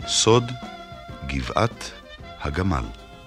סוד גבעת הגמל.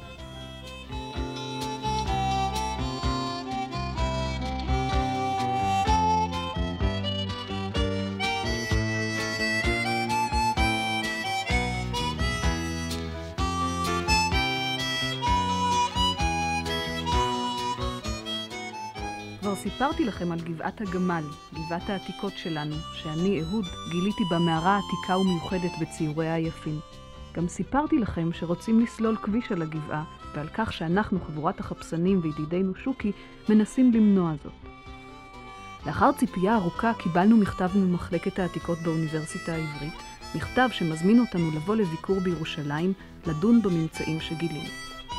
כבר סיפרתי לכם על גבעת הגמל, גבעת העתיקות שלנו, שאני, אהוד, גיליתי במערה העתיקה ומיוחדת בציוריה היפים. גם סיפרתי לכם שרוצים לסלול כביש על הגבעה, ועל כך שאנחנו, חבורת החפשנים וידידינו שוקי, מנסים למנוע זאת. לאחר ציפייה ארוכה קיבלנו מכתב ממחלקת העתיקות באוניברסיטה העברית, מכתב שמזמין אותנו לבוא לביקור בירושלים, לדון בממצאים שגילינו.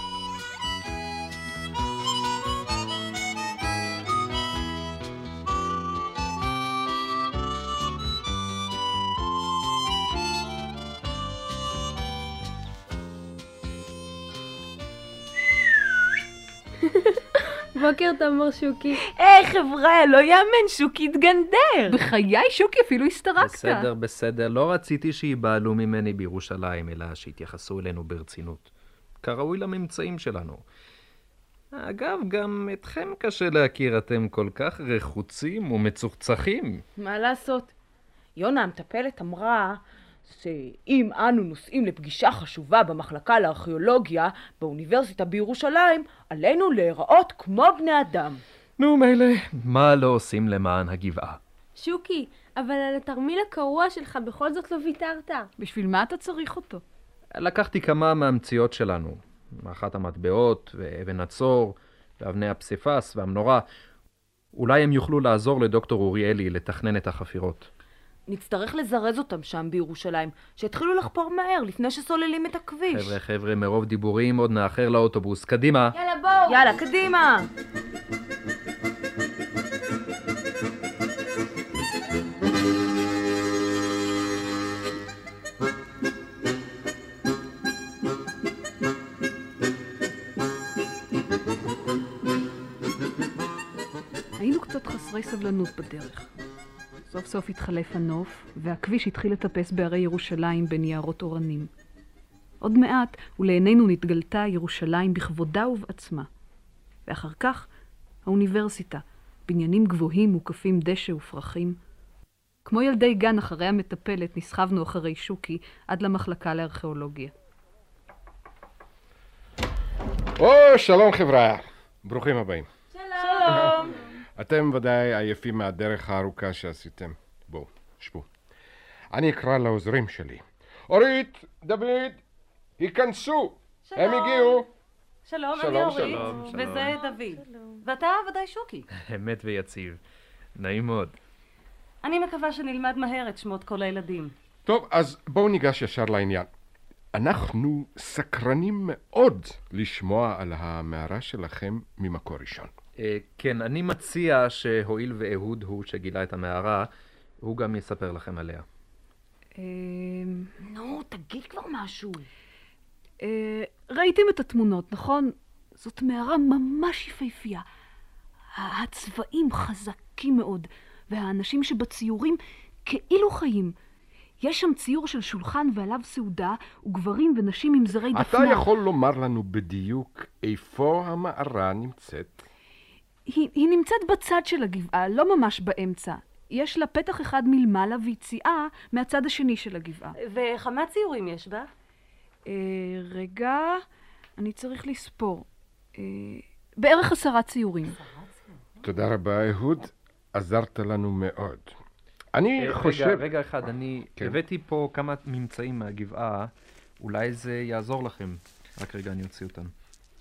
בוקר טוב מר שוקי. היי חבר'ה, לא יאמן, שוקי התגנדר. בחיי שוקי, אפילו הסתרקת. בסדר, לא רציתי שיבעלו ממני בירושלים, אלא שיתייחסו אלינו ברצינות. כראוי לממצאים שלנו. אגב, גם אתכם קשה להכיר, אתם כל כך רחוצים ומצוחצחים. מה לעשות? יונה המטפלת אמרה שאם אנו נוסעים לפגישה חשובה במחלקה לארכיאולוגיה באוניברסיטה בירושלים, עלינו להיראות כמו בני אדם. נו מילא, מה לא עושים למען הגבעה? שוקי, אבל על התרמיל הקרוע שלך בכל זאת לא ויתרת. בשביל מה אתה צריך אותו? לקחתי כמה מהמציאות שלנו. אחת המטבעות ואבן הצור ואבני הפסיפס והמנורה. אולי הם יוכלו לעזור לדוקטור אוריאלי לתכנן את החפירות. נצטרך לזרז אותם שם בירושלים, שהתחילו לחפור מהר לפני שסוללים את הכביש. חבר'ה, מרוב דיבורים עוד נאחר לאוטובוס. קדימה. יאללה בואו. יאללה, קדימה. היינו קצת חסרי סבלנות בדרך. סוף סוף התחלף הנוף, והכביש התחיל לטפס בערי ירושלים בין יערות אורנים. עוד מעט, ולעינינו נתגלתה ירושלים בכבודה ובעצמה. ואחר כך, האוניברסיטה, בניינים גבוהים מוקפים דשא ופרחים. כמו ילדי גן אחרי המטפלת, נסחבנו אחרי שוקי עד למחלקה לארכיאולוגיה. שלום חבר'ה, ברוכים הבאים. שלום. אתם ודאי עייפים מהדרך הארוכה שעשיתם. בואו, שבו. אני אקרא לעוזרים שלי. אורית, דוד, היכנסו. הם הגיעו. שלום, שלום, אני אורית. שלום. וזה דוד. ואתה ודאי שוקי. אמת ויציב. נעים מאוד. אני מקווה שנלמד מהר את שמות כל הילדים. טוב, אז בואו ניגש ישר לעניין. אנחנו סקרנים מאוד לשמוע על המערה שלכם ממקור ראשון. כן, אני מציע שהואיל ואהוד הוא שגילה את המערה, הוא גם יספר לכם עליה. נו, תגיד כבר משהו. ראיתם את התמונות, נכון? זאת מערה ממש יפהפייה. הצבעים חזקים מאוד, והאנשים שבציורים כאילו חיים. יש שם ציור של שולחן ועליו סעודה, וגברים ונשים עם זרי דפנה. אתה יכול לומר לנו בדיוק איפה המערה נמצאת? היא נמצאת בצד של הגבעה, לא ממש באמצע. יש לה פתח אחד מלמעלה ויציאה מהצד השני של הגבעה. וכמה ציורים יש בה? רגע, אני צריך לספור. בערך 10 ציורים. תודה רבה, אהוד. עזרת לנו מאוד. אני חושב... רגע אחד, אני הבאתי פה כמה ממצאים מהגבעה. אולי זה יעזור לכם. רק רגע, אני אוציא אותם.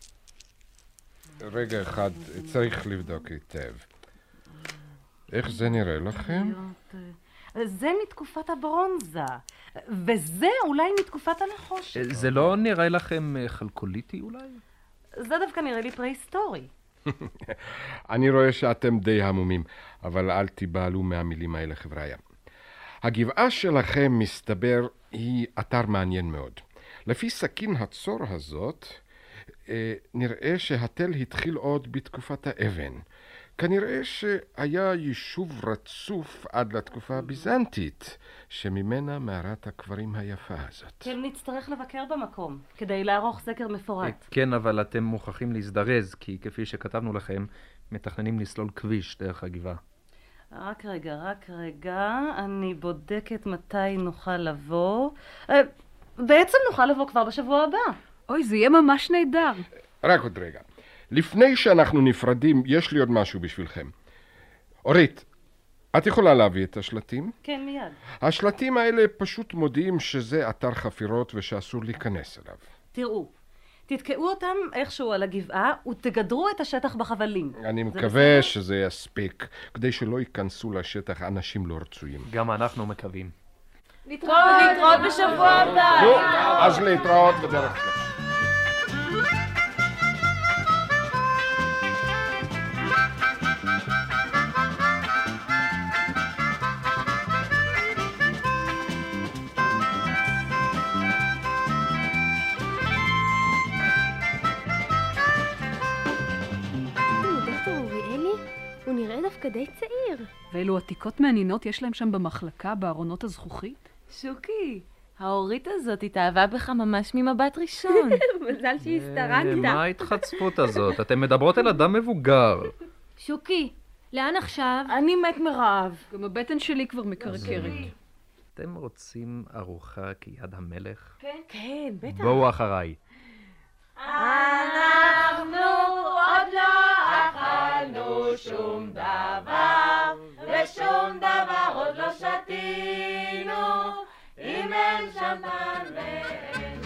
רגע אחד, צריך לבדוק היטב. איך זה נראה לכם? זה מתקופת הברונזה, וזה אולי מתקופת הנחושת. זה לא נראה לכם חלקוליטי אולי? זה דווקא נראה לי פרה-היסטורי. אני רואה שאתם די המומים, אבל אל תיבהלו מהמילים האלה חבריה. הגבעה שלכם מסתבר היא אתר מעניין מאוד. לפי סכין הצור הזאת, נראה שהתל התחיל עוד בתקופת האבן. כנראה שהיה יישוב רצוף עד לתקופה הביזנטית, שממנה מערת הקברים היפה הזאת. כן, נצטרך לבקר במקום, כדי לערוך סקר מפורט. כן, אבל אתם מוכרחים להזדרז, כי כפי שכתבנו לכם, מתכננים לסלול כביש דרך הגבעה. רק רגע, אני בודקת מתי נוכל לבוא. בעצם נוכל לבוא כבר בשבוע הבא. אוי, זה יהיה ממש נהדר. רק עוד רגע. לפני שאנחנו נפרדים, יש לי עוד משהו בשבילכם. אורית, את יכולה להביא את השלטים? כן, מיד. השלטים האלה פשוט מודיעים שזה אתר חפירות ושאסור להיכנס אליו. תראו, תתקעו אותם איכשהו על הגבעה ותגדרו את השטח בחבלים. אני מקווה שזה יספיק, כדי שלא ייכנסו לשטח אנשים לא רצויים. גם אנחנו מקווים. להתראות בשבוע הבא. נו, אז להתראות בדרך כלל. הוא נראה דווקא די צעיר. ואלו עתיקות מעניינות יש להם שם במחלקה, בארונות הזכוכית? שוקי, ההורית הזאת התאהבה בך ממש ממבט ראשון. מזל שהסתרנת. מה ההתחצפות הזאת? אתם מדברות אל אדם מבוגר. שוקי, לאן עכשיו? אני מת מרעב. גם הבטן שלי כבר מקרקרת. אתם רוצים ארוחה כיד המלך? כן, בטח. בואו אחריי. אנחנו עוד לא אכלנו שום דבר, ושום דבר עוד לא שתינו, אם אין שמפן ואין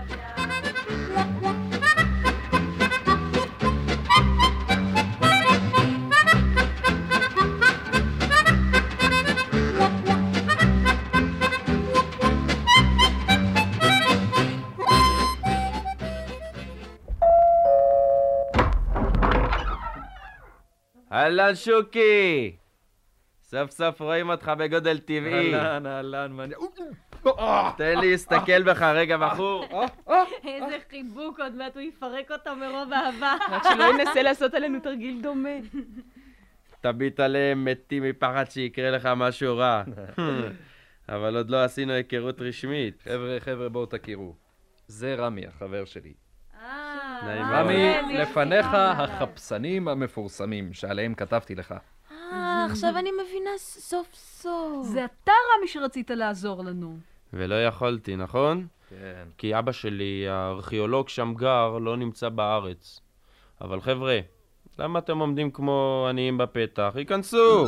אהלן שוקי! סוף סוף רואים אותך בגודל טבעי. אהלן, מה... תן לי להסתכל בך רגע בחור. איזה חיבוק, עוד מעט הוא יפרק אותו מרוב אהבה. רק שלא ינסה לעשות עלינו תרגיל דומה. תביט עליהם מתים מפחד שיקרה לך משהו רע. אבל עוד לא עשינו היכרות רשמית. חבר'ה, בואו תכירו. זה רמי, החבר שלי. נעים רמי, מאוד. לפניך החפשנים המפורסמים שעליהם כתבתי לך. עכשיו אני מבינה סוף סוף. זה אתה רמי שרצית לעזור לנו. ולא יכולתי, נכון? כן. כי אבא שלי, הארכיאולוג שמגר, לא נמצא בארץ. אבל חבר'ה, למה אתם עומדים כמו עניים בפתח? ייכנסו!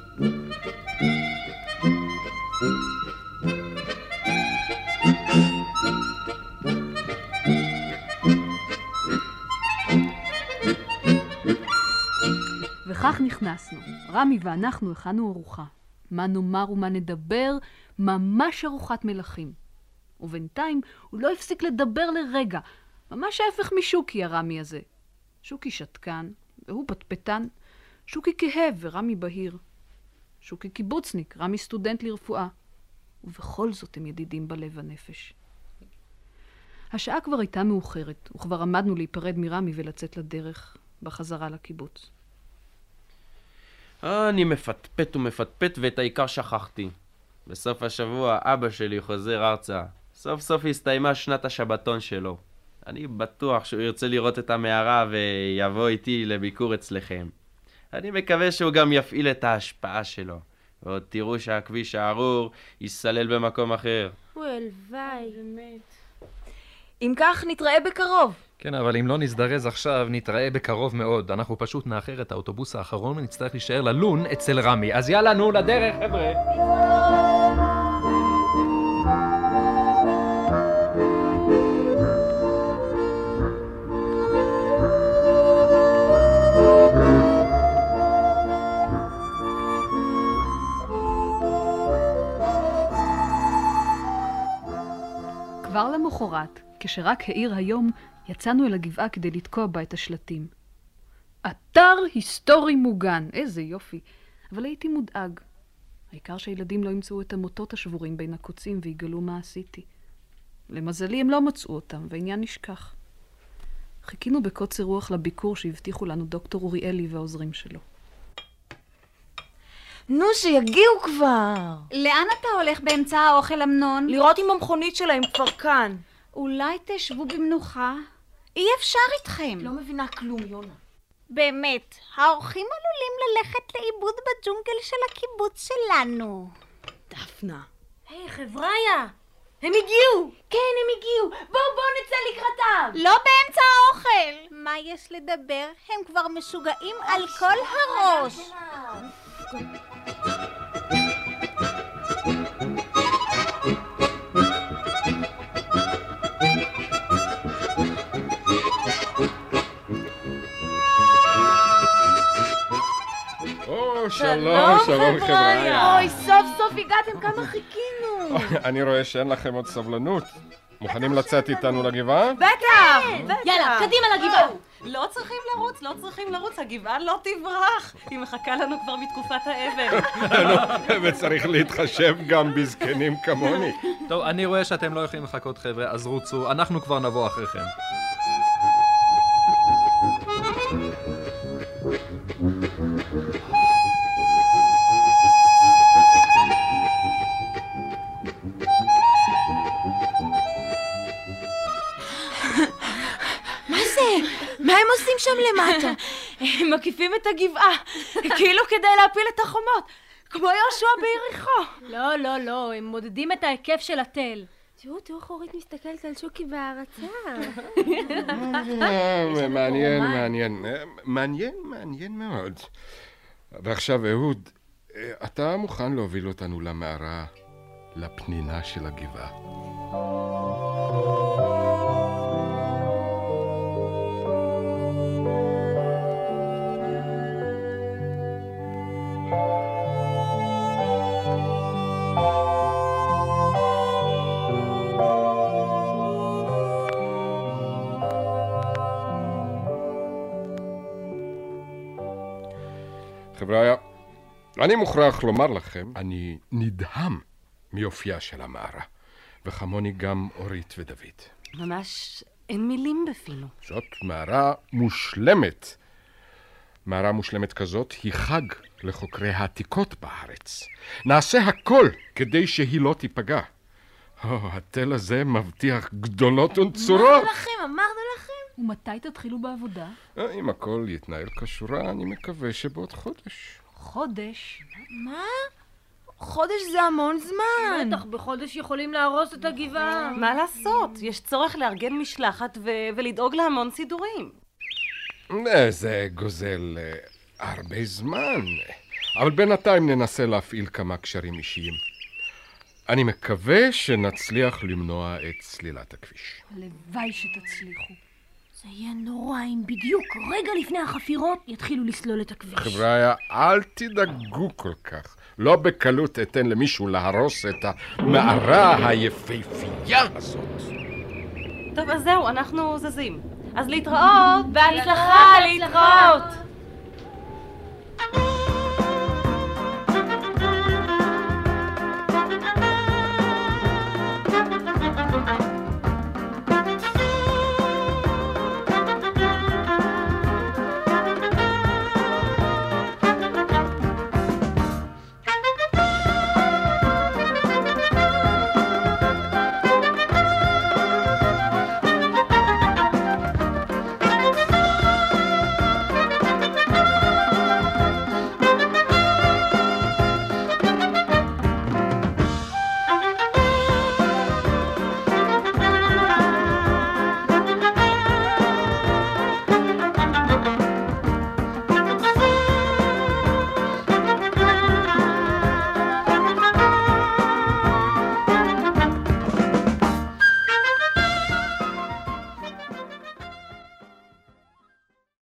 וכך נכנסנו. רמי ואנחנו הכנו ארוחה. מה נאמר ומה נדבר, ממש ארוחת מלכים. ובינתיים הוא לא הפסיק לדבר לרגע. ממש ההפך משוקי הרמי הזה. שוקי שתקן, והוא פטפטן. שוקי כהב ורמי בהיר. שוקי קיבוצניק, רמי סטודנט לרפואה. ובכל זאת הם ידידים בלב הנפש. השעה כבר הייתה מאוחרת, וכבר עמדנו להיפרד מרמי ולצאת לדרך בחזרה לקיבוץ. אני מפטפט ואת העיקר שכחתי. בסוף השבוע אבא שלי חוזר ארצה. סוף סוף הסתיימה שנת השבתון שלו. אני בטוח שהוא ירצה לראות את המערה ויבוא איתי לביקור אצלכם. אני מקווה שהוא גם יפעיל את ההשפעה שלו. ועוד תראו שהכביש הארור יסלל במקום אחר. הוא הלוואי. אם כך, נתראה בקרוב. כן, אבל אם לא נזדרז עכשיו, נתראה בקרוב מאוד. אנחנו פשוט נאחר את האוטובוס האחרון ונצטרך להישאר ללון אצל רמי. אז יאללה, נו, לדרך, חבר'ה. כבר למחרת, כשרק העיר היום, יצאנו אל הגבעה כדי לתקוע בה את השלטים. אתר היסטורי מוגן, איזה יופי. אבל הייתי מודאג. העיקר שהילדים לא ימצאו את המוטות השבורים בין הקוצים ויגלו מה עשיתי. למזלי הם לא מצאו אותם, והעניין נשכח. חיכינו בקוצר רוח לביקור שהבטיחו לנו דוקטור אוריאלי והעוזרים שלו. נו, שיגיעו כבר. לאן אתה הולך באמצע האוכל, אמנון? לראות אם המכונית שלהם כבר כאן. אולי תשבו במנוחה? אי אפשר איתכם. לא מבינה כלום, יונה. באמת, האורחים עלולים ללכת לאיבוד בג'ונגל של הקיבוץ שלנו. דפנה. היי, חבריה! הם הגיעו! כן, הם הגיעו! בואו נצא לקראתם! לא באמצע האוכל! מה יש לדבר? הם כבר משוגעים על כל הראש. שלום חבריה. אוי, סוף סוף הגעתם, כמה חיכינו. אני רואה שאין לכם עוד סבלנות. מוכנים לצאת איתנו לגבעה? בטח! יאללה, קדימה לגבעה! לא צריכים לרוץ, הגבעה לא תברח. היא מחכה לנו כבר מתקופת האבן. וצריך להתחשב גם בזקנים כמוני. טוב, אני רואה שאתם לא יכולים לחכות, חבר'ה, אז רוצו, אנחנו כבר נבוא אחריכם. מה הם עושים שם למטה? הם מקיפים את הגבעה, כאילו כדי להפיל את החומות, כמו יהושע ביריחו. לא, הם מודדים את ההיקף של התל. תראו איך אורית מסתכלת על שוקי בהערצה. מעניין מאוד. ועכשיו אהוד, אתה מוכן להוביל אותנו למערה, לפנינה של הגבעה? חבריה, אני מוכרח לומר לכם, אני נדהם מיופייה של המערה, וכמוני גם אורית ודוד. ממש אין מילים בפינו. זאת מערה מושלמת. מערה מושלמת כזאת היא חג לחוקרי העתיקות בארץ. נעשה הכל כדי שהיא לא תיפגע. התל הזה מבטיח גדולות ונצורות. אמרנו לכם. ומתי תתחילו בעבודה? אם הכל יתנהל כשורה, אני מקווה שבעוד חודש. חודש? מה? חודש זה המון זמן. בטח, בחודש יכולים להרוס את הגבעה. מה לעשות? יש צורך לארגן משלחת ולדאוג להמון סידורים. זה גוזל הרבה זמן, אבל בינתיים ננסה להפעיל כמה קשרים אישיים. אני מקווה שנצליח למנוע את סלילת הכביש. הלוואי שתצליחו. זה יהיה נורא אם בדיוק רגע לפני החפירות יתחילו לסלול את הכביש. חבריה, אל תדאגו כל כך. לא בקלות אתן למישהו להרוס את המערה היפהפייה הזאת. טוב, אז זהו, אנחנו זזים. אז להתראות! בהצלחה, להתראות!